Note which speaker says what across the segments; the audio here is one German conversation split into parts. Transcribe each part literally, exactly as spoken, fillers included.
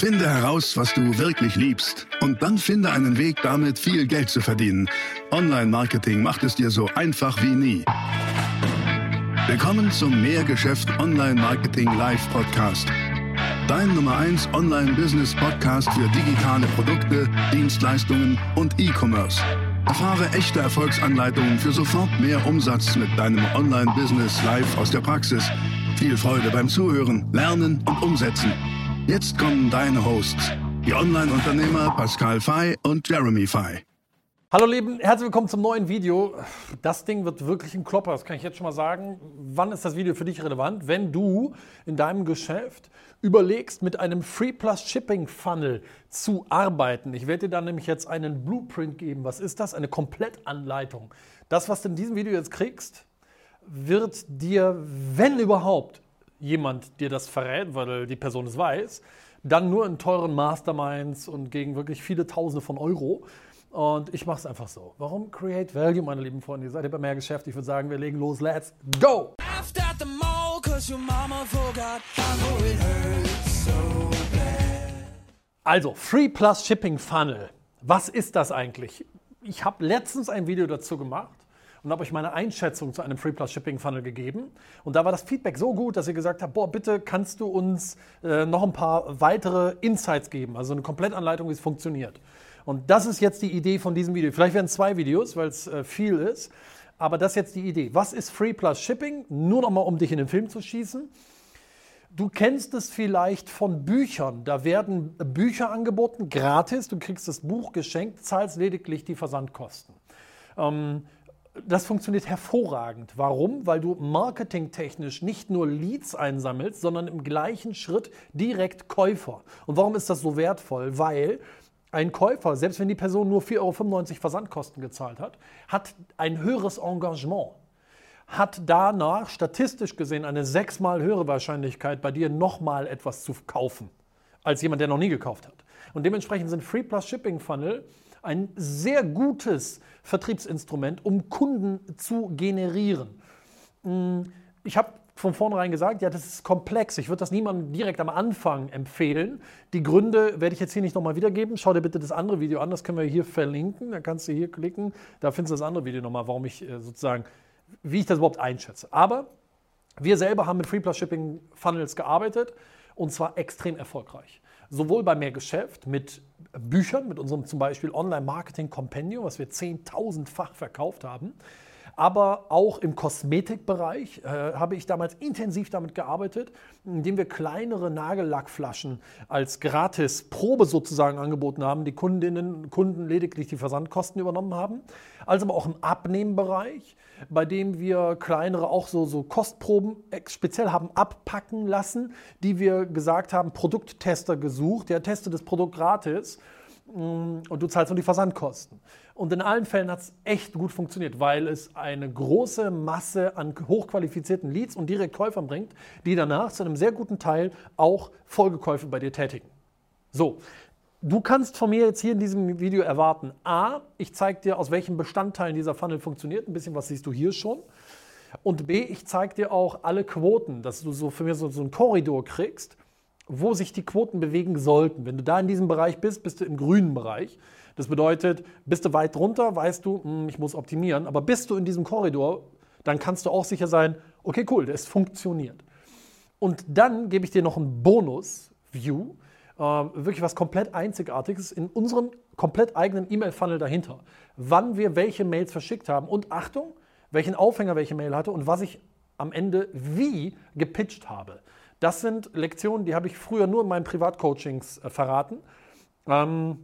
Speaker 1: Finde heraus, was du wirklich liebst und dann finde einen Weg, damit viel Geld zu verdienen. Online-Marketing macht es dir so einfach wie nie. Willkommen zum Mehrgeschäft Online-Marketing Live-Podcast. Dein Nummer eins Online-Business-Podcast für digitale Produkte, Dienstleistungen und E-Commerce. Erfahre echte Erfolgsanleitungen für sofort mehr Umsatz mit deinem Online-Business live aus der Praxis. Viel Freude beim Zuhören, Lernen und Umsetzen. Jetzt kommen deine Hosts, die Online-Unternehmer Pascal Fay und Jeremy Fay.
Speaker 2: Hallo Lieben, herzlich willkommen zum neuen Video. Das Ding wird wirklich ein Klopper, das kann ich jetzt schon mal sagen. Wann ist das Video für dich relevant? Wenn du in deinem Geschäft überlegst, mit einem Free Plus Shipping Funnel zu arbeiten. Ich werde dir dann nämlich jetzt einen Blueprint geben. Was ist das? Eine Komplettanleitung. Das, was du in diesem Video jetzt kriegst, wird dir, wenn überhaupt, jemand dir das verrät, weil die Person es weiß, dann nur in teuren Masterminds und gegen wirklich viele Tausende von Euro. Und ich mache es einfach so. Warum Create Value, meine lieben Freunde? Ihr seid ja bei Mehrgeschäft. Ich würde sagen, wir legen los. Let's go! Also, Free Plus Shipping Funnel. Was ist das eigentlich? Ich habe letztens ein Video dazu gemacht und habe euch meine Einschätzung zu einem Free Plus Shipping Funnel gegeben. Und da war das Feedback so gut, dass ihr gesagt habt, boah, bitte kannst du uns äh, noch ein paar weitere Insights geben, also eine Komplettanleitung, wie es funktioniert. Und das ist jetzt die Idee von diesem Video. Vielleicht werden es zwei Videos, weil es äh, viel ist, aber das ist jetzt die Idee. Was ist Free Plus Shipping? Nur noch mal, um dich in den Film zu schießen. Du kennst es vielleicht von Büchern. Da werden Bücher angeboten, gratis. Du kriegst das Buch geschenkt, zahlst lediglich die Versandkosten. Ähm, Das funktioniert hervorragend. Warum? Weil du marketingtechnisch nicht nur Leads einsammelst, sondern im gleichen Schritt direkt Käufer. Und warum ist das so wertvoll? Weil ein Käufer, selbst wenn die Person nur vier Euro fünfundneunzig Versandkosten gezahlt hat, hat ein höheres Engagement, hat danach statistisch gesehen eine sechsmal höhere Wahrscheinlichkeit, bei dir nochmal etwas zu kaufen, als jemand, der noch nie gekauft hat. Und dementsprechend sind Free Plus Shipping Funnel ein sehr gutes Vertriebsinstrument, um Kunden zu generieren. Ich habe von vornherein gesagt, ja, das ist komplex. Ich würde das niemandem direkt am Anfang empfehlen. Die Gründe werde ich jetzt hier nicht nochmal wiedergeben. Schau dir bitte das andere Video an, das können wir hier verlinken. Da kannst du hier klicken, da findest du das andere Video nochmal, warum ich sozusagen, wie ich das überhaupt einschätze. Aber wir selber haben mit Free Plus Shipping Funnels gearbeitet und zwar extrem erfolgreich. Sowohl bei Mehrgeschäft mit Büchern, mit unserem zum Beispiel Online-Marketing-Kompendium, was wir zehntausendfach verkauft haben, aber auch im Kosmetikbereich äh, habe ich damals intensiv damit gearbeitet, indem wir kleinere Nagellackflaschen als Gratis-Probe sozusagen angeboten haben, die Kundinnen und Kunden lediglich die Versandkosten übernommen haben, als aber auch im Abnehmbereich, bei dem wir kleinere auch so, so Kostproben speziell haben abpacken lassen, die wir gesagt haben, Produkttester gesucht, der testet das Produkt gratis und du zahlst nur die Versandkosten. Und in allen Fällen hat es echt gut funktioniert, weil es eine große Masse an hochqualifizierten Leads und Direktkäufern bringt, die danach zu einem sehr guten Teil auch Folgekäufe bei dir tätigen. So, du kannst von mir jetzt hier in diesem Video erwarten, A, ich zeige dir, aus welchen Bestandteilen dieser Funnel funktioniert, ein bisschen was siehst du hier schon. Und B, ich zeige dir auch alle Quoten, dass du so für mich so, so einen Korridor kriegst, wo sich die Quoten bewegen sollten. Wenn du da in diesem Bereich bist, bist du im grünen Bereich. Das bedeutet, bist du weit drunter, weißt du, mh, ich muss optimieren. Aber bist du in diesem Korridor, dann kannst du auch sicher sein, okay, cool, das funktioniert. Und dann gebe ich dir noch einen Bonus-View, äh, wirklich was komplett Einzigartiges in unserem komplett eigenen E-Mail-Funnel dahinter. Wann wir welche Mails verschickt haben und Achtung, welchen Aufhänger welche Mail hatte und was ich am Ende wie gepitcht habe. Das sind Lektionen, die habe ich früher nur in meinen Privatcoachings äh, verraten. Ähm,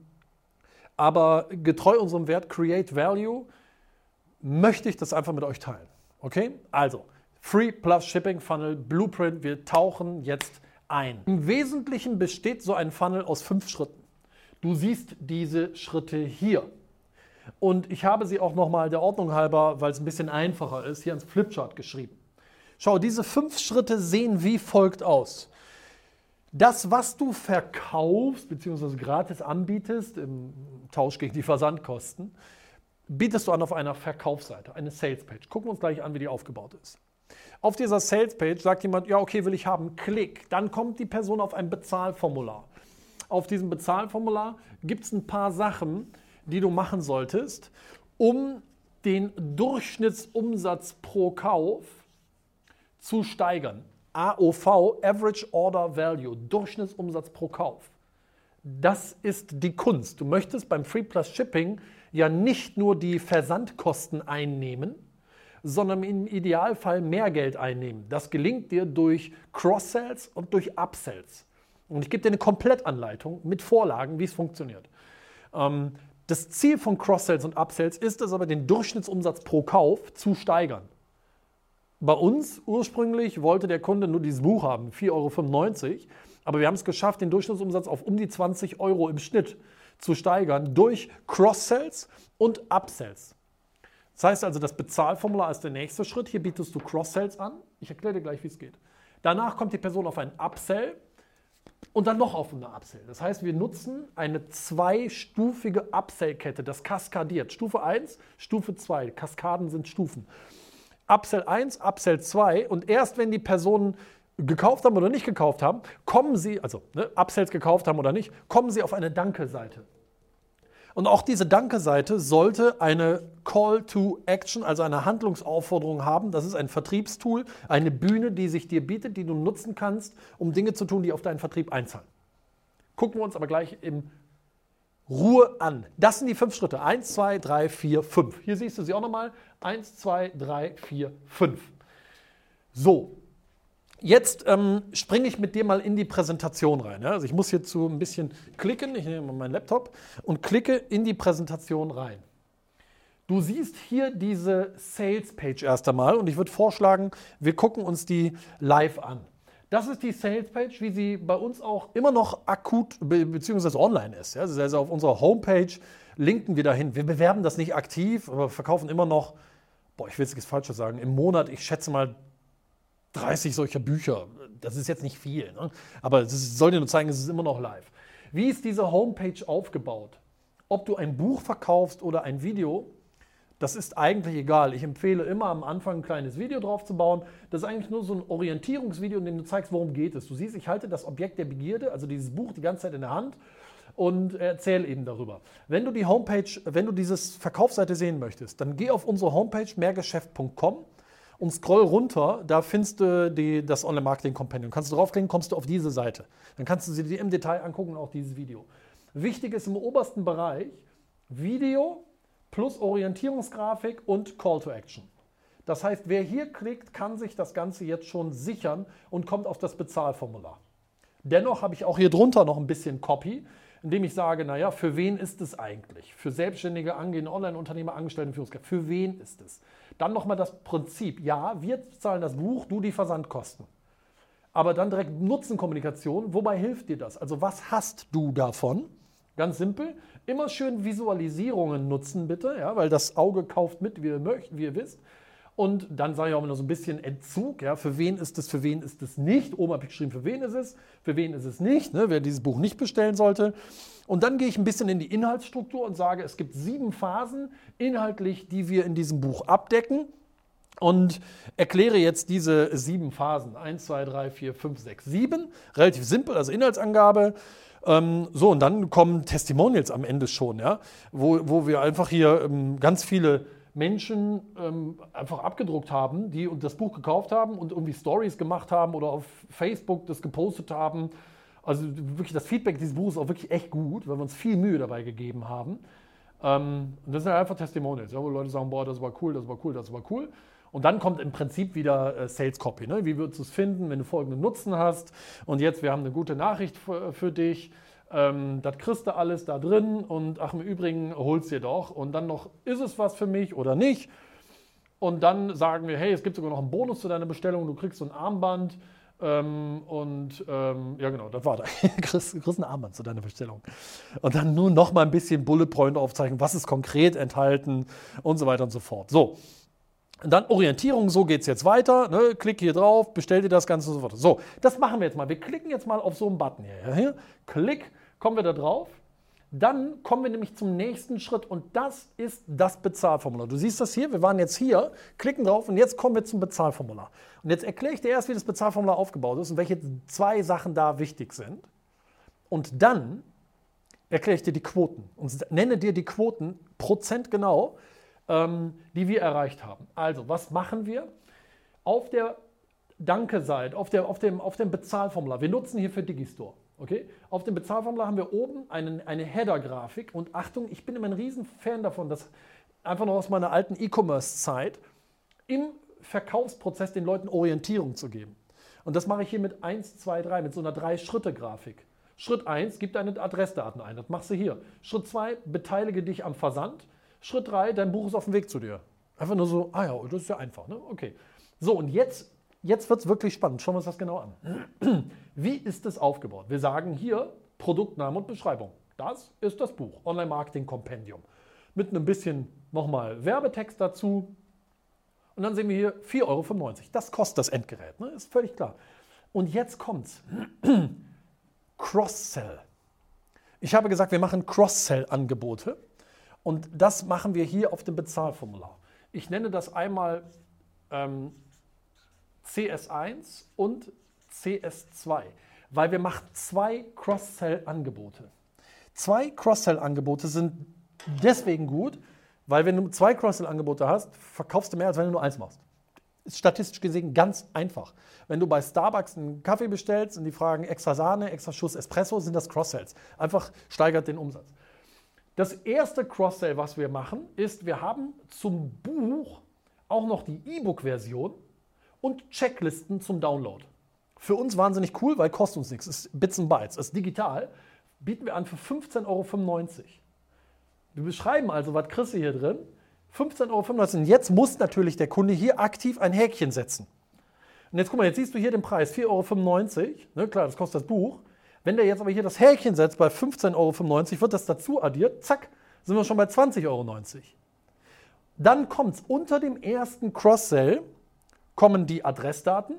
Speaker 2: aber getreu unserem Wert Create Value möchte ich das einfach mit euch teilen. Okay? Also, Free Plus Shipping Funnel Blueprint, wir tauchen jetzt ein. Im Wesentlichen besteht so ein Funnel aus fünf Schritten. Du siehst diese Schritte hier. Und ich habe sie auch nochmal der Ordnung halber, weil es ein bisschen einfacher ist, hier ans Flipchart geschrieben. Schau, diese fünf Schritte sehen wie folgt aus. Das, was du verkaufst bzw. gratis anbietest, im Tausch gegen die Versandkosten, bietest du an auf einer Verkaufsseite, eine Salespage. Gucken wir uns gleich an, wie die aufgebaut ist. Auf dieser Salespage sagt jemand, ja okay, will ich haben, klick. Dann kommt die Person auf ein Bezahlformular. auf diesem Bezahlformular gibt es ein paar Sachen, die du machen solltest, um den Durchschnittsumsatz pro Kauf zu steigern. A O V, Average Order Value, Durchschnittsumsatz pro Kauf. Das ist die Kunst. Du möchtest beim Free Plus Shipping ja nicht nur die Versandkosten einnehmen, sondern im Idealfall mehr Geld einnehmen. Das gelingt dir durch Cross-Sells und durch Upsells. Und ich gebe dir eine Komplettanleitung mit Vorlagen, wie es funktioniert. Ähm, das Ziel von Cross-Sells und Upsells ist es aber, den Durchschnittsumsatz pro Kauf zu steigern. Bei uns ursprünglich wollte der Kunde nur dieses Buch haben, vier Euro fünfundneunzig. Aber wir haben es geschafft, den Durchschnittsumsatz auf um die zwanzig Euro im Schnitt zu steigern durch Cross-Sells und Upsells. Das heißt also, das Bezahlformular ist der nächste Schritt. Hier bietest du Cross-Sells an. Ich erkläre dir gleich, wie es geht. Danach kommt die Person auf einen Upsell und dann noch auf eine Upsell. Das heißt, wir nutzen eine zweistufige Upsell-Kette, das kaskadiert. Stufe eins, Stufe zwei. Kaskaden sind Stufen. Upsell eins, Upsell zwei und erst wenn die Personen gekauft haben oder nicht gekauft haben, kommen sie, also ne, Upsells gekauft haben oder nicht, kommen sie auf eine Danke-Seite. Und auch diese Danke-Seite sollte eine Call to Action, also eine Handlungsaufforderung haben. Das ist ein Vertriebstool, eine Bühne, die sich dir bietet, die du nutzen kannst, um Dinge zu tun, die auf deinen Vertrieb einzahlen. Gucken wir uns aber gleich in Ruhe an. Das sind die fünf Schritte. Eins, zwei, drei, vier, fünf. Hier siehst du sie auch nochmal. Eins, zwei, drei, vier, fünf. So. Jetzt ähm, springe ich mit dir mal in die Präsentation rein. Ja? Also ich muss hierzu ein bisschen klicken, ich nehme mal meinen Laptop und klicke in die Präsentation rein. Du siehst hier diese Sales-Page erst einmal und ich würde vorschlagen, wir gucken uns die live an. Das ist die Sales-Page, wie sie bei uns auch immer noch akut be- bzw. online ist. Ja? Also auf unserer Homepage linken wir dahin. Wir bewerben das nicht aktiv, aber verkaufen immer noch, boah, ich will jetzt nichts Falsches sagen, im Monat, ich schätze mal, dreißig solcher Bücher, das ist jetzt nicht viel, ne? Aber es soll dir nur zeigen, es ist immer noch live. Wie ist diese Homepage aufgebaut? Ob du ein Buch verkaufst oder ein Video, das ist eigentlich egal. Ich empfehle immer am Anfang ein kleines Video drauf zu bauen. Das ist eigentlich nur so ein Orientierungsvideo, in dem du zeigst, worum geht es. Du siehst, ich halte das Objekt der Begierde, also dieses Buch, die ganze Zeit in der Hand und erzähle eben darüber. Wenn du die Homepage, wenn du diese Verkaufsseite sehen möchtest, dann geh auf unsere Homepage mehrgeschäft punkt com und scroll runter, da findest du die, das Online-Marketing-Companion. Kannst du draufklicken, kommst du auf diese Seite. Dann kannst du sie dir im Detail angucken und auch dieses Video. Wichtig ist im obersten Bereich Video plus Orientierungsgrafik und Call to Action. Das heißt, wer hier klickt, kann sich das Ganze jetzt schon sichern und kommt auf das Bezahlformular. Dennoch habe ich auch hier drunter noch ein bisschen Copy, indem ich sage, naja, für wen ist es eigentlich? Für Selbstständige, angehende Online-Unternehmer, Angestellte, Führungskräfte. Für wen ist es? Dann nochmal das Prinzip. Ja, wir zahlen das Buch, du die Versandkosten. Aber dann direkt Nutzenkommunikation. Wobei hilft dir das? Also was hast du davon? Ganz simpel. Immer schön Visualisierungen nutzen, bitte, ja, weil das Auge kauft mit, wie ihr, möcht, wie ihr wisst. Und dann sage ich auch immer noch so ein bisschen Entzug. Ja, für wen ist es, für wen ist es nicht? Oben habe ich geschrieben, für wen ist es, für wen ist es nicht, ne, wer dieses Buch nicht bestellen sollte. Und dann gehe ich ein bisschen in die Inhaltsstruktur und sage, es gibt sieben Phasen inhaltlich, die wir in diesem Buch abdecken. Und erkläre jetzt diese sieben Phasen. Eins, zwei, drei, vier, fünf, sechs, sieben. Relativ simpel, also Inhaltsangabe. Ähm, so, und dann kommen Testimonials am Ende schon, ja, wo, wo wir einfach hier ähm, ganz viele Menschen ähm, einfach abgedruckt haben, die das Buch gekauft haben und irgendwie Stories gemacht haben oder auf Facebook das gepostet haben. Also wirklich das Feedback dieses Buches ist auch wirklich echt gut, weil wir uns viel Mühe dabei gegeben haben. Ähm, und das sind einfach Testimonials, ja, wo Leute sagen, boah, das war cool, das war cool, das war cool. Und dann kommt im Prinzip wieder äh, Sales Copy. Ne? Wie würdest du es finden, wenn du folgenden Nutzen hast? Und jetzt, wir haben eine gute Nachricht für, für dich. Ähm, das kriegst du alles da drin und ach, im Übrigen holst dir doch. Und dann noch, ist es was für mich oder nicht? Und dann sagen wir, hey, es gibt sogar noch einen Bonus zu deiner Bestellung. Du kriegst so ein Armband. Ähm, und ähm, ja genau, das war da. Du kriegst, du kriegst ein Armband zu deiner Bestellung. Und dann nur noch mal ein bisschen Bullet Point aufzeichnen, was ist konkret enthalten und so weiter und so fort. So. Und dann Orientierung, so geht es jetzt weiter. Ne? Klick hier drauf, bestell dir das Ganze und so weiter. So, das machen wir jetzt mal. Wir klicken jetzt mal auf so einen Button hier. hier. Klick, kommen wir da drauf. Dann kommen wir nämlich zum nächsten Schritt und das ist das Bezahlformular. Du siehst das hier, wir waren jetzt hier, klicken drauf und jetzt kommen wir zum Bezahlformular. Und jetzt erkläre ich dir erst, wie das Bezahlformular aufgebaut ist und welche zwei Sachen da wichtig sind. Und dann erkläre ich dir die Quoten und nenne dir die Quoten prozentgenau, ähm, die wir erreicht haben. Also, was machen wir? Auf der Danke-Seite, auf, der, auf, dem, auf dem Bezahlformular, wir nutzen hier für Digistore. Okay? Auf dem Bezahlformular haben wir oben einen, eine Header-Grafik und Achtung, ich bin immer ein riesen Fan davon, dass einfach noch aus meiner alten E-Commerce-Zeit im Verkaufsprozess den Leuten Orientierung zu geben. Und das mache ich hier mit eins, zwei, drei, mit so einer Drei-Schritte-Grafik. Schritt eins, gib deine Adressdaten ein, das machst du hier. Schritt zwei, beteilige dich am Versand. Schritt drei, dein Buch ist auf dem Weg zu dir. Einfach nur so, ah ja, das ist ja einfach, ne? Okay. So, und jetzt, jetzt wird es wirklich spannend. Schauen wir uns das genau an. Wie ist es aufgebaut? Wir sagen hier Produktname und Beschreibung. Das ist das Buch, Online-Marketing-Kompendium. Mit einem bisschen nochmal Werbetext dazu. Und dann sehen wir hier vier Euro fünfundneunzig. Das kostet das Endgerät, ne? Ist völlig klar. Und jetzt kommt's. Cross-Sell. Ich habe gesagt, wir machen Cross-Sell-Angebote und das machen wir hier auf dem Bezahlformular. Ich nenne das einmal ähm, C S eins und C S zwei, weil wir machen zwei Cross-Sell-Angebote. Zwei Cross-Sell-Angebote sind deswegen gut, weil wenn du zwei Cross-Sell-Angebote hast, verkaufst du mehr, als wenn du nur eins machst. Ist statistisch gesehen ganz einfach. Wenn du bei Starbucks einen Kaffee bestellst und die fragen extra Sahne, extra Schuss Espresso, sind das Cross-Sells. Einfach steigert den Umsatz. Das erste Cross-Sell, was wir machen, ist, wir haben zum Buch auch noch die E-Book-Version und Checklisten zum Download. Für uns wahnsinnig cool, weil kostet uns nichts. Es ist Bits and Bytes. Es ist digital. Bieten wir an für fünfzehn Euro fünfundneunzig. Wir beschreiben also, was kriegst du hier drin? fünfzehn Euro fünfundneunzig. Und jetzt muss natürlich der Kunde hier aktiv ein Häkchen setzen. Und jetzt guck mal, jetzt siehst du hier den Preis, vier Euro fünfundneunzig. Ne, klar, das kostet das Buch. Wenn der jetzt aber hier das Häkchen setzt bei fünfzehn Euro fünfundneunzig, wird das dazu addiert. Zack, sind wir schon bei zwanzig Euro neunzig. Dann kommt es unter dem ersten Cross-Sell, kommen die Adressdaten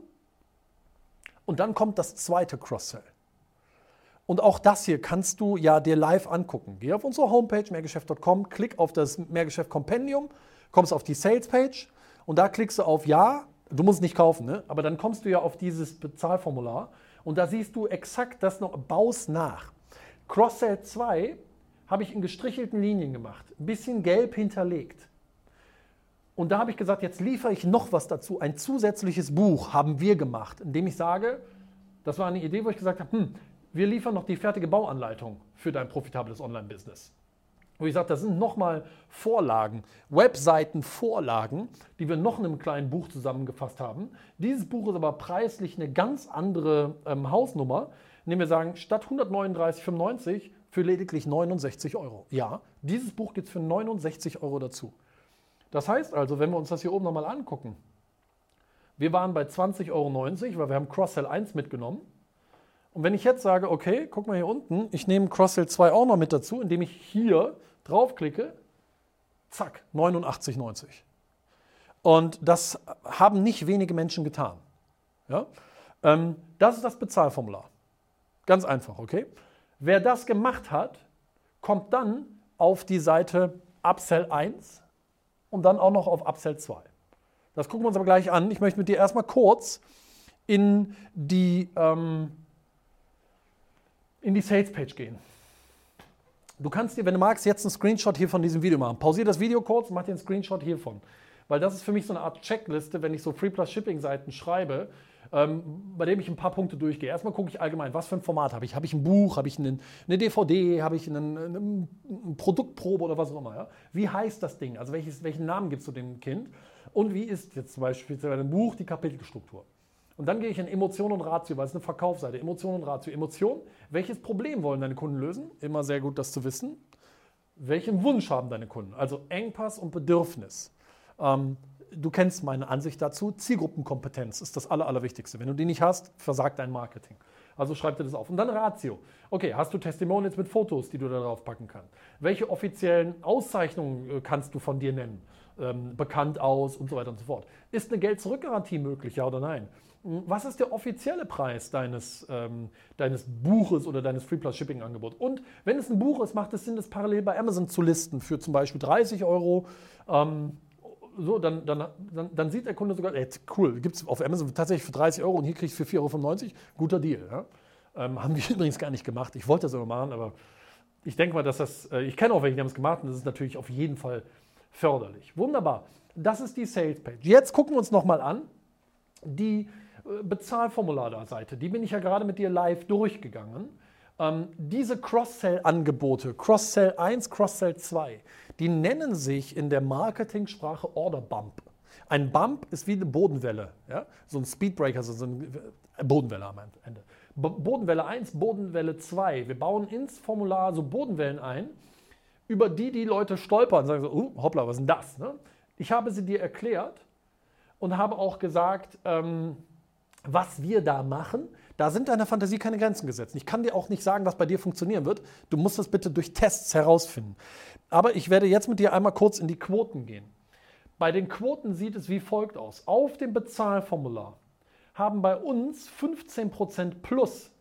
Speaker 2: und dann kommt das zweite Cross-Sell. Und auch das hier kannst du ja dir live angucken. Geh auf unsere Homepage mehrgeschäft punkt com, klick auf das Mehrgeschäft-Kompendium, kommst auf die Sales-Page und da klickst du auf Ja. Du musst es nicht kaufen, ne? Aber dann kommst du ja auf dieses Bezahlformular und da siehst du exakt das noch, baust nach. Cross-Sell zwei habe ich in gestrichelten Linien gemacht, ein bisschen gelb hinterlegt. Und da habe ich gesagt, jetzt liefere ich noch was dazu. Ein zusätzliches Buch haben wir gemacht, indem ich sage, das war eine Idee, wo ich gesagt habe, hm, wir liefern noch die fertige Bauanleitung für dein profitables Online-Business. Wo ich sage, das sind nochmal Vorlagen, Webseiten-Vorlagen, die wir noch in einem kleinen Buch zusammengefasst haben. Dieses Buch ist aber preislich eine ganz andere ähm, Hausnummer, indem wir sagen, statt hundertneununddreißig Euro fünfundneunzig für lediglich neunundsechzig Euro. Ja, dieses Buch gibt es für neunundsechzig Euro dazu. Das heißt also, wenn wir uns das hier oben nochmal angucken, wir waren bei zwanzig Euro neunzig, weil wir haben Cross-Sell eins mitgenommen. Und wenn ich jetzt sage, okay, guck mal hier unten, ich nehme Cross-Sell zwei auch noch mit dazu, indem ich hier draufklicke, zack, neunundachtzig Euro neunzig. Und das haben nicht wenige Menschen getan. Ja? Ähm, das ist das Bezahlformular. Ganz einfach, okay? Wer das gemacht hat, kommt dann auf die Seite Upsell eins und dann auch noch auf Upsell zwei. Das gucken wir uns aber gleich an. Ich möchte mit dir erstmal kurz in die, ähm, in die Sales-Page gehen. Du kannst dir, wenn du magst, jetzt einen Screenshot hier von diesem Video machen. Pausier das Video kurz und mach dir einen Screenshot hiervon. Weil das ist für mich so eine Art Checkliste, wenn ich so Free-Plus-Shipping-Seiten schreibe, ähm, bei dem ich ein paar Punkte durchgehe. Erstmal gucke ich allgemein, was für ein Format habe ich. Habe ich ein Buch, habe ich einen, eine D V D, habe ich einen, eine, eine Produktprobe oder was auch immer. Ja? Wie heißt das Ding? Also welches, welchen Namen gibst du dem Kind? Und wie ist jetzt zum Beispiel bei einem Buch die Kapitelstruktur? Und dann gehe ich in Emotion und Ratio, weil es eine Verkaufsseite. Emotion und Ratio. Emotion, welches Problem wollen deine Kunden lösen? Immer sehr gut, das zu wissen. Welchen Wunsch haben deine Kunden? Also Engpass und Bedürfnis. Ähm, du kennst meine Ansicht dazu. Zielgruppenkompetenz ist das Aller, Allerwichtigste. Wenn du die nicht hast, versagt dein Marketing. Also schreib dir das auf. Und dann Ratio. Okay, hast du Testimonials mit Fotos, die du da drauf packen kannst? Welche offiziellen Auszeichnungen kannst du von dir nennen? Ähm, bekannt aus und so weiter und so fort. Ist eine Geld-Zurück-Garantie möglich, ja oder nein? Was ist der offizielle Preis deines, ähm, deines Buches oder deines Free-Plus-Shipping-Angebots? Und wenn es ein Buch ist, macht es Sinn, das parallel bei Amazon zu listen für zum Beispiel dreißig Euro. Ähm, so, dann, dann, dann, dann sieht der Kunde sogar, ey, cool, gibt es auf Amazon tatsächlich für dreißig Euro und hier kriegst du für vier Euro fünfundneunzig. Guter Deal. Ja? Ähm, haben wir übrigens gar nicht gemacht. Ich wollte das immer machen, aber ich denke mal, dass das, äh, ich kenne auch welche, die haben es gemacht und das ist natürlich auf jeden Fall förderlich. Wunderbar. Das ist die Sales Page. Jetzt gucken wir uns nochmal an die äh, Bezahlformular-Seite. Die bin ich ja gerade mit dir live durchgegangen. Ähm, diese Cross-Sell-Angebote, Cross-Sell eins, Cross-Sell zwei, die nennen sich in der Marketing-Sprache Order Bump. Ein Bump ist wie eine Bodenwelle, ja? So ein Speedbreaker, also so eine Bodenwelle am Ende. Bodenwelle eins, Bodenwelle zwei. Wir bauen ins Formular so Bodenwellen ein, über die die Leute stolpern und sagen so, uh, hoppla, was ist denn das? Ne? Ich habe sie dir erklärt und habe auch gesagt, ähm, was wir da machen. Da sind deiner Fantasie keine Grenzen gesetzt. Ich kann dir auch nicht sagen, was bei dir funktionieren wird. Du musst das bitte durch Tests herausfinden. Aber ich werde jetzt mit dir einmal kurz in die Quoten gehen. Bei den Quoten sieht es wie folgt aus. Auf dem Bezahlformular haben bei uns fünfzehn Prozent plus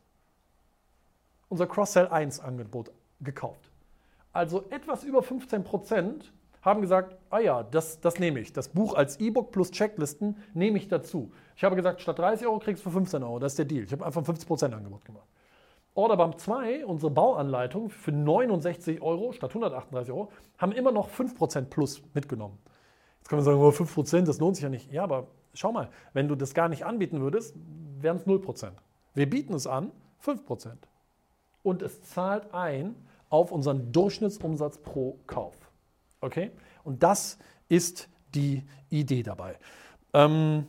Speaker 2: unser Cross-Sell eins Angebot gekauft. Also etwas über fünfzehn Prozent haben gesagt, ah ja, das, das nehme ich. Das Buch als E-Book plus Checklisten nehme ich dazu. Ich habe gesagt, statt dreißig Euro kriegst du für fünfzehn Euro. Das ist der Deal. Ich habe einfach ein fünfzig Prozent Angebot gemacht. Order Bump zwei, unsere Bauanleitung für neunundsechzig Euro statt hundertachtunddreißig Euro, haben immer noch fünf Prozent plus mitgenommen. Jetzt kann man sagen, oh, fünf Prozent, das lohnt sich ja nicht. Ja, aber schau mal, wenn du das gar nicht anbieten würdest, wären es null Prozent. Wir bieten es an, fünf Prozent. Und es zahlt ein auf unseren Durchschnittsumsatz pro Kauf. Okay? Und das ist die Idee dabei. Ähm,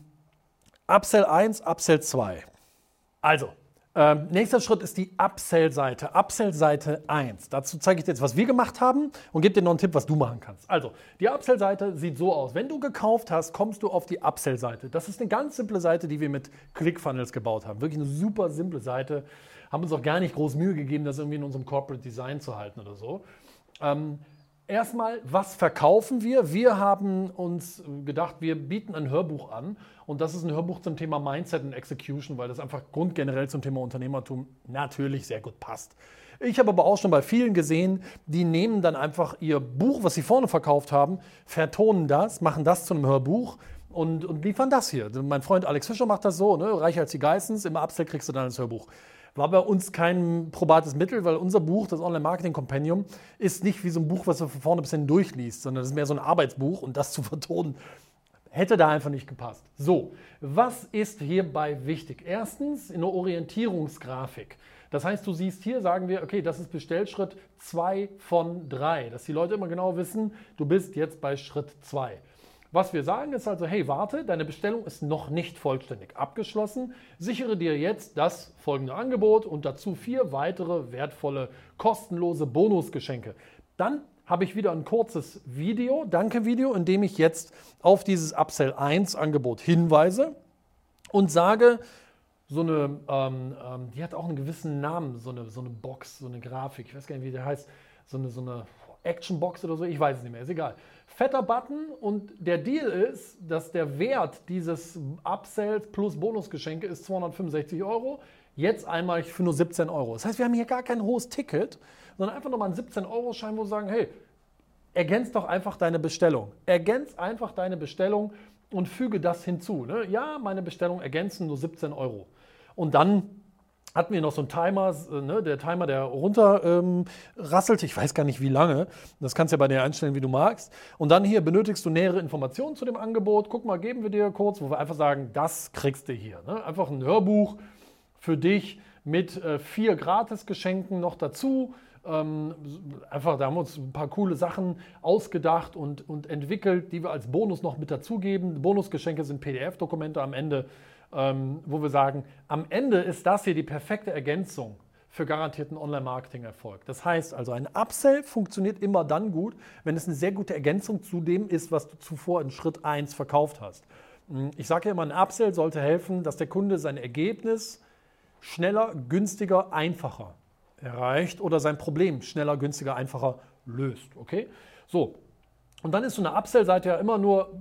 Speaker 2: Upsell eins, Upsell zwei. Also, ähm, nächster Schritt ist die Upsell-Seite. Upsell-Seite eins. Dazu zeige ich dir jetzt, was wir gemacht haben und gebe dir noch einen Tipp, was du machen kannst. Also, die Upsell-Seite sieht so aus. Wenn du gekauft hast, kommst du auf die Upsell-Seite. Das ist eine ganz simple Seite, die wir mit ClickFunnels gebaut haben. Wirklich eine super simple Seite. Haben uns auch gar nicht groß Mühe gegeben, das irgendwie in unserem Corporate Design zu halten oder so. Ähm, Erstmal, was verkaufen wir? Wir haben uns gedacht, wir bieten ein Hörbuch an und das ist ein Hörbuch zum Thema Mindset und Execution, weil das einfach grundgenerell zum Thema Unternehmertum natürlich sehr gut passt. Ich habe aber auch schon bei vielen gesehen, die nehmen dann einfach ihr Buch, was sie vorne verkauft haben, vertonen das, machen das zu einem Hörbuch und, und liefern das hier. Mein Freund Alex Fischer macht das so, ne? Reicher als die Geissens, im Upsell kriegst du dann das Hörbuch. War bei uns kein probates Mittel, weil unser Buch, das Online-Marketing-Compendium, ist nicht wie so ein Buch, was du von vorne bis hin durchliest, sondern das ist mehr so ein Arbeitsbuch und das zu vertonen, hätte da einfach nicht gepasst. So, was ist hierbei wichtig? Erstens, in der Orientierungsgrafik. Das heißt, du siehst hier, sagen wir, okay, das ist Bestellschritt zwei von drei, dass die Leute immer genau wissen, du bist jetzt bei Schritt zwei. Was wir sagen ist also, hey, warte, deine Bestellung ist noch nicht vollständig abgeschlossen. Sichere dir jetzt das folgende Angebot und dazu vier weitere wertvolle, kostenlose Bonusgeschenke. Dann habe ich wieder ein kurzes Video, Danke-Video, in dem ich jetzt auf dieses Upsell eins Angebot hinweise und sage, so eine, ähm, ähm, die hat auch einen gewissen Namen, so eine, so eine Box, so eine Grafik, ich weiß gar nicht, wie der heißt, so eine, so eine Actionbox oder so, ich weiß es nicht mehr, ist egal. Fetter Button und der Deal ist, dass der Wert dieses Upsells plus Bonusgeschenke ist zweihundertfünfundsechzig Euro, jetzt einmalig für nur siebzehn Euro. Das heißt, wir haben hier gar kein hohes Ticket, sondern einfach nochmal einen siebzehn Euro Schein, wo wir sagen, hey, ergänz doch einfach deine Bestellung. Ergänz einfach deine Bestellung und füge das hinzu. Ne? Ja, meine Bestellung ergänzen nur siebzehn Euro. Und dann hatten wir noch so einen Timer, ne, der Timer, der runter ähm, rasselte, ich weiß gar nicht wie lange, das kannst du ja bei dir einstellen, wie du magst. Und dann hier benötigst du nähere Informationen zu dem Angebot, guck mal, geben wir dir kurz, wo wir einfach sagen, das kriegst du hier. Ne? Einfach ein Hörbuch für dich mit äh, vier Gratisgeschenken noch dazu. Ähm, einfach, da haben wir uns ein paar coole Sachen ausgedacht und, und entwickelt, die wir als Bonus noch mit dazugeben. Bonusgeschenke sind P D F-Dokumente am Ende, Ähm, wo wir sagen, am Ende ist das hier die perfekte Ergänzung für garantierten Online-Marketing-Erfolg. Das heißt also, ein Upsell funktioniert immer dann gut, wenn es eine sehr gute Ergänzung zu dem ist, was du zuvor in Schritt eins verkauft hast. Ich sage ja immer, ein Upsell sollte helfen, dass der Kunde sein Ergebnis schneller, günstiger, einfacher erreicht oder sein Problem schneller, günstiger, einfacher löst. Okay? So, und dann ist so eine Upsell-Seite ja immer nur,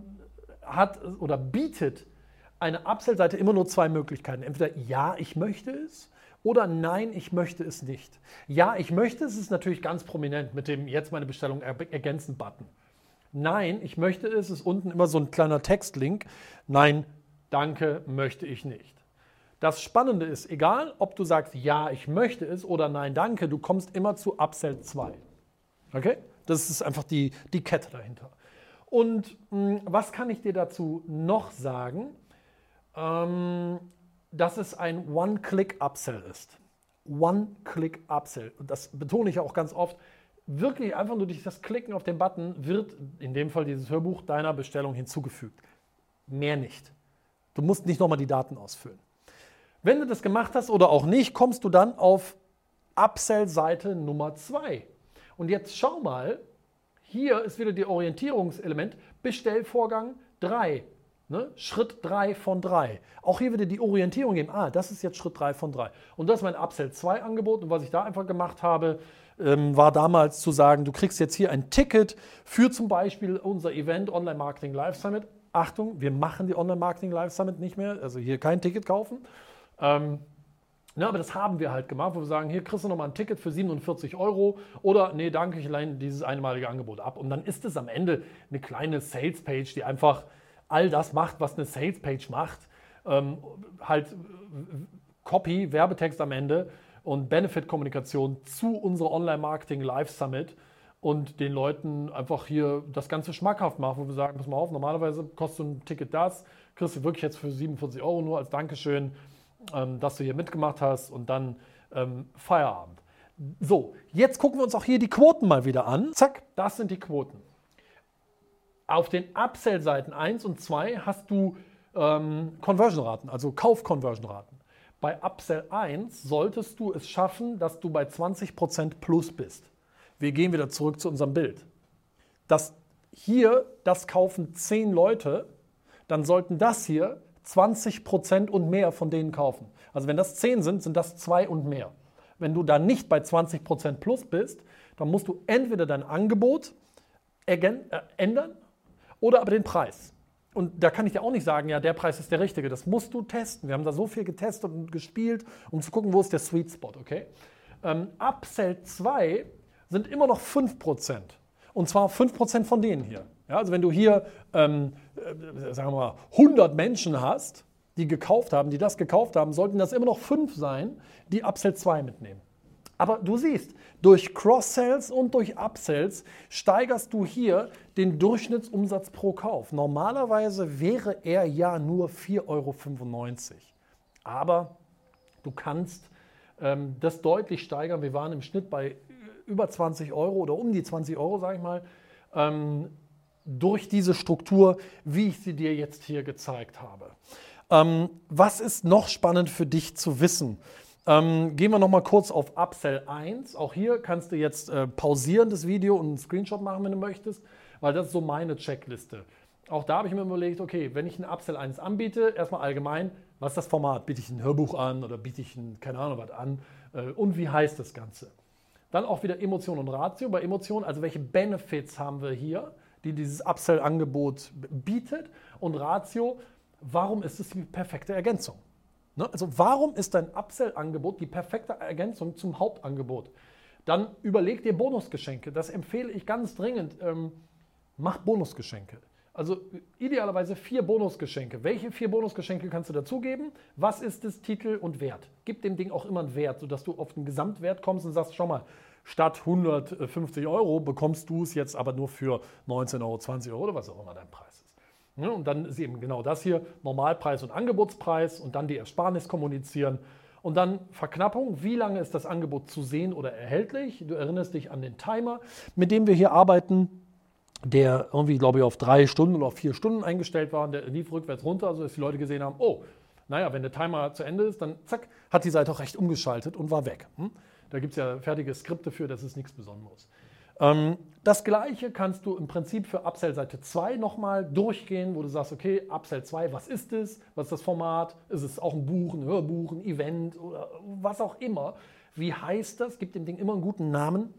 Speaker 2: hat oder bietet eine Upsell-Seite immer nur zwei Möglichkeiten. Entweder ja, ich möchte es oder nein, ich möchte es nicht. Ja, ich möchte es ist natürlich ganz prominent mit dem jetzt meine Bestellung ergänzen Button. Nein, ich möchte es ist unten immer so ein kleiner Textlink. Nein, danke, möchte ich nicht. Das Spannende ist, egal ob du sagst, ja, ich möchte es oder nein, danke, du kommst immer zu Upsell zwei. Okay? Das ist einfach die, die Kette dahinter. Und mh, was kann ich dir dazu noch sagen? Ähm, dass es ein One-Click-Upsell ist. One-Click-Upsell. Und das betone ich auch ganz oft. Wirklich einfach nur durch das Klicken auf den Button wird in dem Fall dieses Hörbuch deiner Bestellung hinzugefügt. Mehr nicht. Du musst nicht nochmal die Daten ausfüllen. Wenn du das gemacht hast oder auch nicht, kommst du dann auf Upsell-Seite Nummer zwei. Und jetzt schau mal, hier ist wieder die Orientierungselement, Bestellvorgang drei. Ne? Schritt drei von drei. Auch hier wieder die Orientierung geben. Ah, das ist jetzt Schritt drei von drei. Und das ist mein Upsell zwei Angebot. Und was ich da einfach gemacht habe, ähm, war damals zu sagen, du kriegst jetzt hier ein Ticket für zum Beispiel unser Event Online Marketing Live Summit. Achtung, wir machen die Online Marketing Live Summit nicht mehr, also hier kein Ticket kaufen. Ähm, na, aber das haben wir halt gemacht, wo wir sagen, hier kriegst du nochmal ein Ticket für siebenundvierzig Euro oder nee, danke, ich lehne dieses einmalige Angebot ab. Und dann ist es am Ende eine kleine Sales-Page, die einfach all das macht, was eine Sales-Page macht. Ähm, halt Copy, Werbetext am Ende und Benefit-Kommunikation zu unserer Online-Marketing Live Summit und den Leuten einfach hier das Ganze schmackhaft machen, wo wir sagen, pass mal auf, normalerweise kostet so ein Ticket das, kriegst du wirklich jetzt für siebenundvierzig Euro nur als Dankeschön, ähm, dass du hier mitgemacht hast und dann ähm, Feierabend. So, jetzt gucken wir uns auch hier die Quoten mal wieder an. Zack, das sind die Quoten. Auf den Upsell-Seiten eins und zwei hast du ähm, Conversion-Raten, also Kauf-Conversion-Raten. Bei Upsell eins solltest du es schaffen, dass du bei zwanzig Prozent plus bist. Wir gehen wieder zurück zu unserem Bild. Das hier, das kaufen zehn Leute, dann sollten das hier zwanzig Prozent und mehr von denen kaufen. Also wenn das zehn sind, sind das zwei und mehr. Wenn du dann nicht bei zwanzig Prozent plus bist, dann musst du entweder dein Angebot ergen- äh, ändern oder aber den Preis. Und da kann ich dir auch nicht sagen, ja, der Preis ist der richtige. Das musst du testen. Wir haben da so viel getestet und gespielt, um zu gucken, wo ist der Sweet Spot, okay? Ähm, Upsell zwei sind immer noch fünf Prozent. Und zwar fünf Prozent von denen hier. Ja, also wenn du hier, ähm, äh, sagen wir mal, hundert Menschen hast, die gekauft haben, die das gekauft haben, sollten das immer noch fünf sein, die Upsell zwei mitnehmen. Aber du siehst, durch Cross-Sells und durch Upsells steigerst du hier den Durchschnittsumsatz pro Kauf. Normalerweise wäre er ja nur vier Euro fünfundneunzig. Aber du kannst ähm, das deutlich steigern. Wir waren im Schnitt bei über zwanzig Euro oder um die zwanzig Euro, sage ich mal, ähm, durch diese Struktur, wie ich sie dir jetzt hier gezeigt habe. Ähm, was ist noch spannend für dich zu wissen? Ähm, gehen wir noch mal kurz auf Upsell eins. Auch hier kannst du jetzt äh, pausieren das Video und einen Screenshot machen, wenn du möchtest, weil das ist so meine Checkliste. Auch da habe ich mir überlegt, okay, wenn ich einen Upsell eins anbiete, erstmal allgemein, was ist das Format? Biete ich ein Hörbuch an oder biete ich ein, keine Ahnung was an? Äh, und wie heißt das Ganze? Dann auch wieder Emotion und Ratio. Bei Emotion, also welche Benefits haben wir hier, die dieses Upsell-Angebot bietet? Und Ratio, warum ist es die perfekte Ergänzung? Ne? Also warum ist dein Upsell-Angebot die perfekte Ergänzung zum Hauptangebot? Dann überleg dir Bonusgeschenke. Das empfehle ich ganz dringend. Ähm, mach Bonusgeschenke. Also idealerweise vier Bonusgeschenke. Welche vier Bonusgeschenke kannst du dazugeben? Was ist das, Titel und Wert? Gib dem Ding auch immer einen Wert, sodass du auf den Gesamtwert kommst und sagst, schau mal, statt hundertfünfzig Euro bekommst du es jetzt aber nur für neunzehn Euro, zwanzig Euro oder was auch immer dein Preis ist. Ja, und dann ist eben genau das hier, Normalpreis und Angebotspreis und dann die Ersparnis kommunizieren. Und dann Verknappung, wie lange ist das Angebot zu sehen oder erhältlich? Du erinnerst dich an den Timer, mit dem wir hier arbeiten, der irgendwie, glaube ich, auf drei Stunden oder auf vier Stunden eingestellt war und der lief rückwärts runter, also dass die Leute gesehen haben, oh, naja, wenn der Timer zu Ende ist, dann zack, hat die Seite auch recht umgeschaltet und war weg. Hm? Da gibt es ja fertige Skripte für, das ist nichts Besonderes. Ähm, das Gleiche kannst du im Prinzip für Upsell Seite zwei nochmal durchgehen, wo du sagst, okay, Upsell zwei, was ist es? Was ist das Format? Ist es auch ein Buch, ein Hörbuch, ein Event oder was auch immer? Wie heißt das? Gib dem Ding immer einen guten Namen.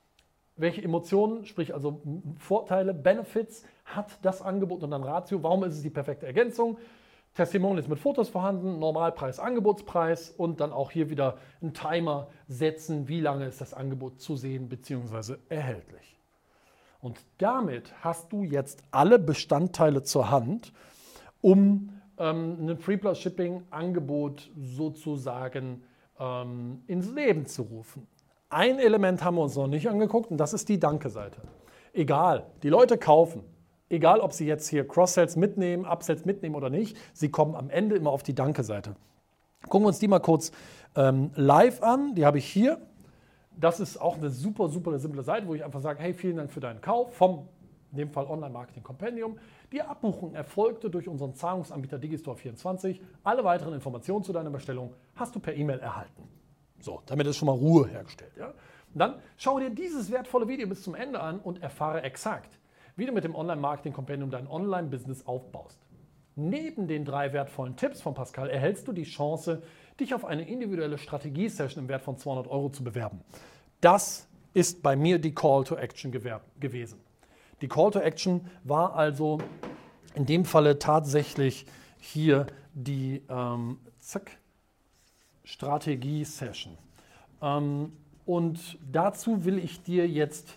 Speaker 2: Welche Emotionen, sprich also Vorteile, Benefits hat das Angebot und dann Ratio? Warum ist es die perfekte Ergänzung? Testimonials mit Fotos vorhanden, Normalpreis, Angebotspreis und dann auch hier wieder einen Timer setzen, wie lange ist das Angebot zu sehen bzw. erhältlich. Und damit hast du jetzt alle Bestandteile zur Hand, um ähm, ein Free Plus Shipping Angebot sozusagen ähm, ins Leben zu rufen. Ein Element haben wir uns noch nicht angeguckt und das ist die Danke-Seite. Egal, die Leute kaufen, egal ob sie jetzt hier Cross-Sells mitnehmen, Upsells mitnehmen oder nicht, sie kommen am Ende immer auf die Danke-Seite. Gucken wir uns die mal kurz ähm, live an, die habe ich hier. Das ist auch eine super, super simple Seite, wo ich einfach sage, hey, vielen Dank für deinen Kauf vom, in dem Fall Online Marketing Compendium. Die Abbuchung erfolgte durch unseren Zahlungsanbieter Digistore vierundzwanzig. Alle weiteren Informationen zu deiner Bestellung hast du per E-Mail erhalten. So, damit ist schon mal Ruhe hergestellt. Ja? Und dann schau dir dieses wertvolle Video bis zum Ende an und erfahre exakt, wie du mit dem Online Marketing Compendium dein Online-Business aufbaust. Neben den drei wertvollen Tipps von Pascal erhältst du die Chance, dich auf eine individuelle Strategie-Session im Wert von zweihundert Euro zu bewerben. Das ist bei mir die Call to Action gewesen. Die Call to Action war also in dem Falle tatsächlich hier die ähm, zack, Strategie-Session. Ähm, und dazu will ich dir jetzt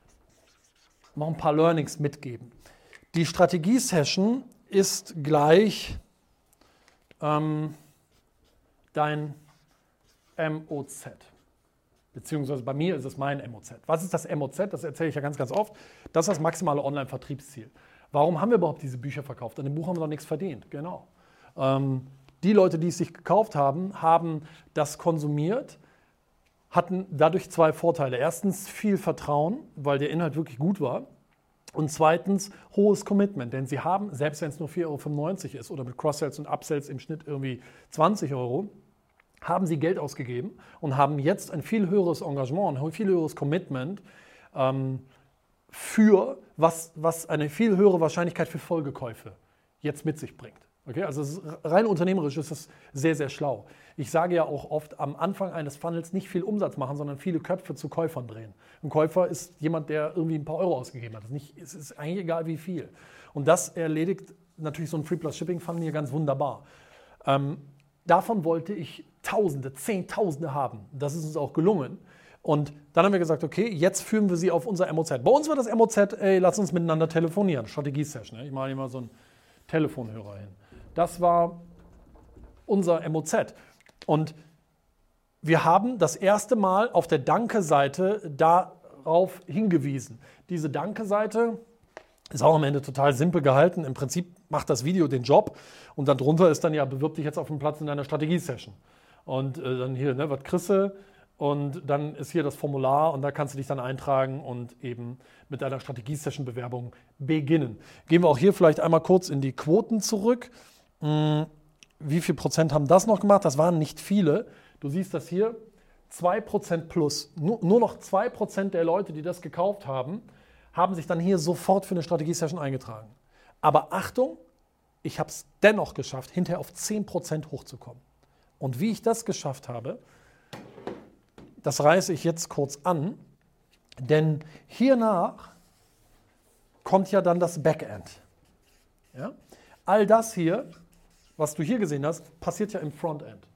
Speaker 2: noch ein paar Learnings mitgeben. Die Strategie-Session ist gleich ähm, dein M O Z. Beziehungsweise bei mir ist es mein M O Z. Was ist das M O Z? Das erzähle ich ja ganz, ganz oft. Das ist das maximale Online-Vertriebsziel. Warum haben wir überhaupt diese Bücher verkauft? An dem Buch haben wir noch nichts verdient. Genau. Ähm, die Leute, die es sich gekauft haben, haben das konsumiert, hatten dadurch zwei Vorteile. Erstens viel Vertrauen, weil der Inhalt wirklich gut war. Und zweitens hohes Commitment, denn sie haben, selbst wenn es nur vier Euro fünfundneunzig ist oder mit Cross-Sells und Upsells im Schnitt irgendwie zwanzig Euro, haben sie Geld ausgegeben und haben jetzt ein viel höheres Engagement, ein viel höheres Commitment ähm, für, was, was eine viel höhere Wahrscheinlichkeit für Folgekäufe jetzt mit sich bringt. Okay? Also es ist, rein unternehmerisch ist es sehr, sehr schlau. Ich sage ja auch oft, am Anfang eines Funnels nicht viel Umsatz machen, sondern viele Köpfe zu Käufern drehen. Ein Käufer ist jemand, der irgendwie ein paar Euro ausgegeben hat. Das ist nicht, es ist eigentlich egal, wie viel. Und das erledigt natürlich so ein Free Plus Shipping Funnel hier ganz wunderbar. Ähm, davon wollte ich Tausende, Zehntausende haben. Das ist uns auch gelungen. Und dann haben wir gesagt, okay, jetzt führen wir sie auf unser M O Z. Bei uns war das M O Z, ey, lass uns miteinander telefonieren. Strategie-Session. Ich mache immer so einen Telefonhörer hin. Das war unser M O Z. Und wir haben das erste Mal auf der Danke-Seite darauf hingewiesen. Diese Danke-Seite ist auch am Ende total simpel gehalten. Im Prinzip macht das Video den Job und dann drunter ist dann ja, bewirb dich jetzt auf einen Platz in deiner Strategie-Session. Und äh, dann hier, ne, was kriegst du? Und dann ist hier das Formular und da kannst du dich dann eintragen und eben mit deiner Strategie-Session-Bewerbung beginnen. Gehen wir auch hier vielleicht einmal kurz in die Quoten zurück. Hm. Wie viel Prozent haben das noch gemacht? Das waren nicht viele. Du siehst das hier, zwei Prozent plus. Nur, nur noch zwei Prozent der Leute, die das gekauft haben, haben sich dann hier sofort für eine Strategie-Session eingetragen. Aber Achtung, ich habe es dennoch geschafft, hinterher auf zehn Prozent hochzukommen. Und wie ich das geschafft habe, das reiße ich jetzt kurz an, denn hiernach kommt ja dann das Backend. Ja? All das hier, was du hier gesehen hast, passiert ja im Frontend.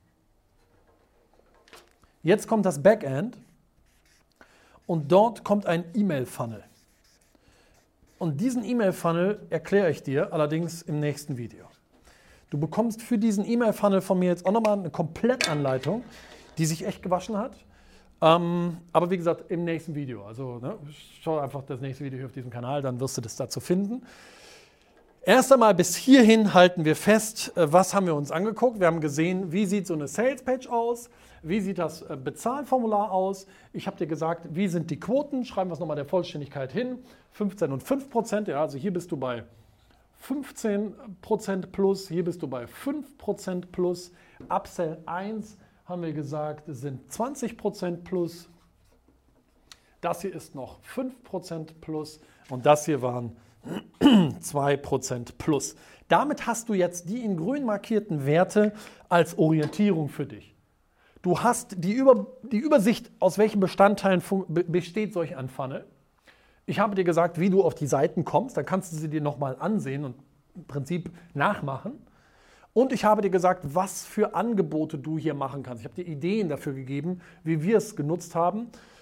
Speaker 2: Jetzt kommt das Backend und dort kommt ein E-Mail-Funnel. Und diesen E-Mail-Funnel erkläre ich dir allerdings im nächsten Video. Du bekommst für diesen E-Mail-Funnel von mir jetzt auch nochmal eine Komplettanleitung, die sich echt gewaschen hat. Ähm, aber wie gesagt, im nächsten Video. Also ne, schau einfach das nächste Video hier auf diesem Kanal, dann wirst du das dazu finden. Erst einmal bis hierhin halten wir fest, was haben wir uns angeguckt. Wir haben gesehen, wie sieht so eine Sales-Page aus, wie sieht das Bezahlformular aus. Ich habe dir gesagt, wie sind die Quoten, schreiben wir es nochmal der Vollständigkeit hin. fünfzehn und fünf Prozent, ja, also hier bist du bei fünfzehn Prozent plus, hier bist du bei fünf Prozent plus. Upsell eins haben wir gesagt, sind zwanzig Prozent plus. Das hier ist noch fünf Prozent plus und das hier waren zwei Prozent plus. Damit hast du jetzt die in grün markierten Werte als Orientierung für dich. Du hast die, Über, die Übersicht, aus welchen Bestandteilen besteht solch ein Funnel. Ich habe dir gesagt, wie du auf die Seiten kommst, dann kannst du sie dir nochmal ansehen und im Prinzip nachmachen. Und ich habe dir gesagt, was für Angebote du hier machen kannst. Ich habe dir Ideen dafür gegeben, wie wir es genutzt haben.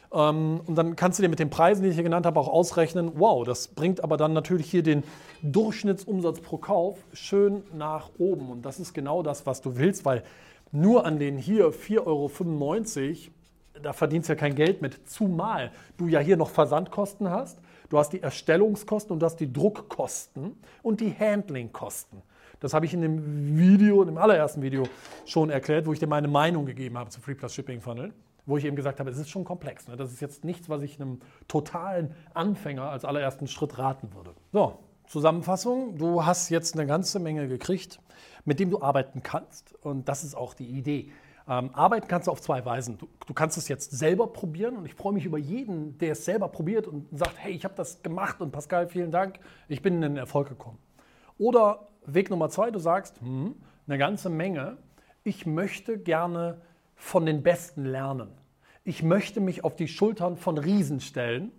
Speaker 2: Ähm, und dann kannst du dir mit den Preisen, die ich hier genannt habe, auch ausrechnen, wow, das bringt aber dann natürlich hier den Durchschnittsumsatz pro Kauf schön nach oben. Und das ist genau das, was du willst, weil nur an den hier vier Euro fünfundneunzig, da verdienst du ja kein Geld mit, zumal du ja hier noch Versandkosten hast, du hast die Erstellungskosten und du hast die Druckkosten und die Handlingkosten. Das habe ich in dem Video, in dem allerersten Video schon erklärt, wo ich dir meine Meinung gegeben habe zu Free Plus Shipping Funnel, wo ich eben gesagt habe, es ist schon komplex. Ne? Das ist jetzt nichts, was ich einem totalen Anfänger als allerersten Schritt raten würde. So, Zusammenfassung, du hast jetzt eine ganze Menge gekriegt, mit dem du arbeiten kannst. Und das ist auch die Idee. Ähm, arbeiten kannst du auf zwei Weisen. Du, du kannst es jetzt selber probieren und ich freue mich über jeden, der es selber probiert und sagt, hey, ich habe das gemacht und Pascal, vielen Dank, ich bin in den Erfolg gekommen. Oder Weg Nummer zwei, du sagst, hm, eine ganze Menge, ich möchte gerne von den Besten lernen. Ich möchte mich auf die Schultern von Riesen stellen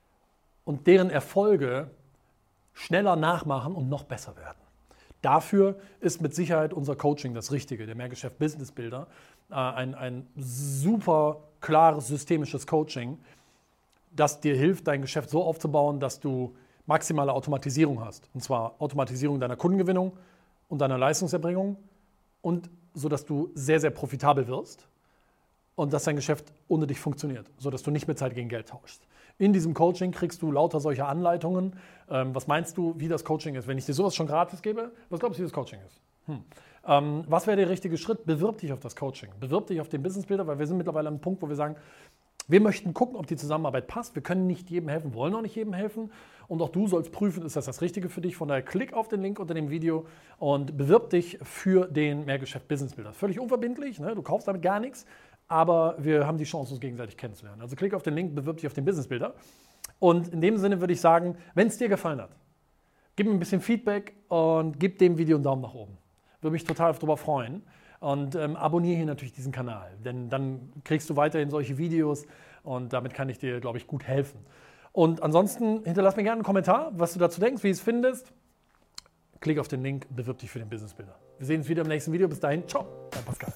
Speaker 2: und deren Erfolge schneller nachmachen und noch besser werden. Dafür ist mit Sicherheit unser Coaching das Richtige, der Mehrgeschäft Business Builder. Ein, ein super klares systemisches Coaching, das dir hilft, dein Geschäft so aufzubauen, dass du maximale Automatisierung hast. Und zwar Automatisierung deiner Kundengewinnung und deiner Leistungserbringung und so, dass du sehr, sehr profitabel wirst und dass dein Geschäft ohne dich funktioniert, sodass du nicht mehr Zeit gegen Geld tauschst. In diesem Coaching kriegst du lauter solcher Anleitungen. Ähm, was meinst du, wie das Coaching ist? Wenn ich dir sowas schon gratis gebe, was glaubst du, wie das Coaching ist? Hm. Ähm, was wäre der richtige Schritt? Bewirb dich auf das Coaching. Bewirb dich auf den Business Builder, weil wir sind mittlerweile an einem Punkt, wo wir sagen, wir möchten gucken, ob die Zusammenarbeit passt. Wir können nicht jedem helfen, wollen auch nicht jedem helfen. Und auch du sollst prüfen, ist das das Richtige für dich. Von daher klick auf den Link unter dem Video und bewirb dich für den Mehrgeschäft Business Builder. Völlig unverbindlich, ne? Du kaufst damit gar nichts, aber wir haben die Chance, uns gegenseitig kennenzulernen. Also klick auf den Link, bewirb dich auf den Business Builder. Und in dem Sinne würde ich sagen, wenn es dir gefallen hat, gib mir ein bisschen Feedback und gib dem Video einen Daumen nach oben. Würde mich total darüber freuen. Und ähm, abonniere hier natürlich diesen Kanal, denn dann kriegst du weiterhin solche Videos und damit kann ich dir, glaube ich, gut helfen. Und ansonsten hinterlass mir gerne einen Kommentar, was du dazu denkst, wie du es findest. Klick auf den Link, bewirb dich für den Business Builder. Wir sehen uns wieder im nächsten Video. Bis dahin, ciao, dein Pascal.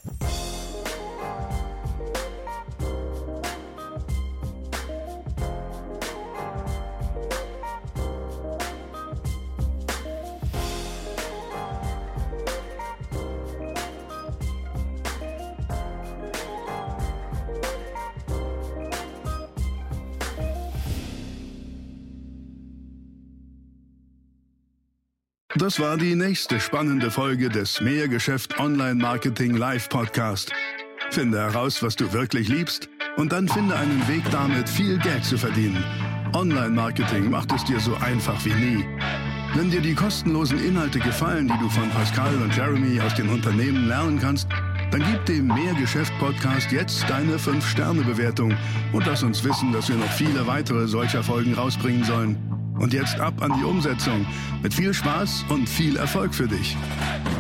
Speaker 1: Das war die nächste spannende Folge des Mehrgeschäft Online Marketing Live Podcast. Finde heraus, was du wirklich liebst und dann finde einen Weg damit, viel Geld zu verdienen. Online Marketing macht es dir so einfach wie nie. Wenn dir die kostenlosen Inhalte gefallen, die du von Pascal und Jeremy aus den Unternehmen lernen kannst, dann gib dem Mehrgeschäft Podcast jetzt deine fünf Sterne Bewertung und lass uns wissen, dass wir noch viele weitere solcher Folgen rausbringen sollen. Und jetzt ab an die Umsetzung. Mit viel Spaß und viel Erfolg für dich.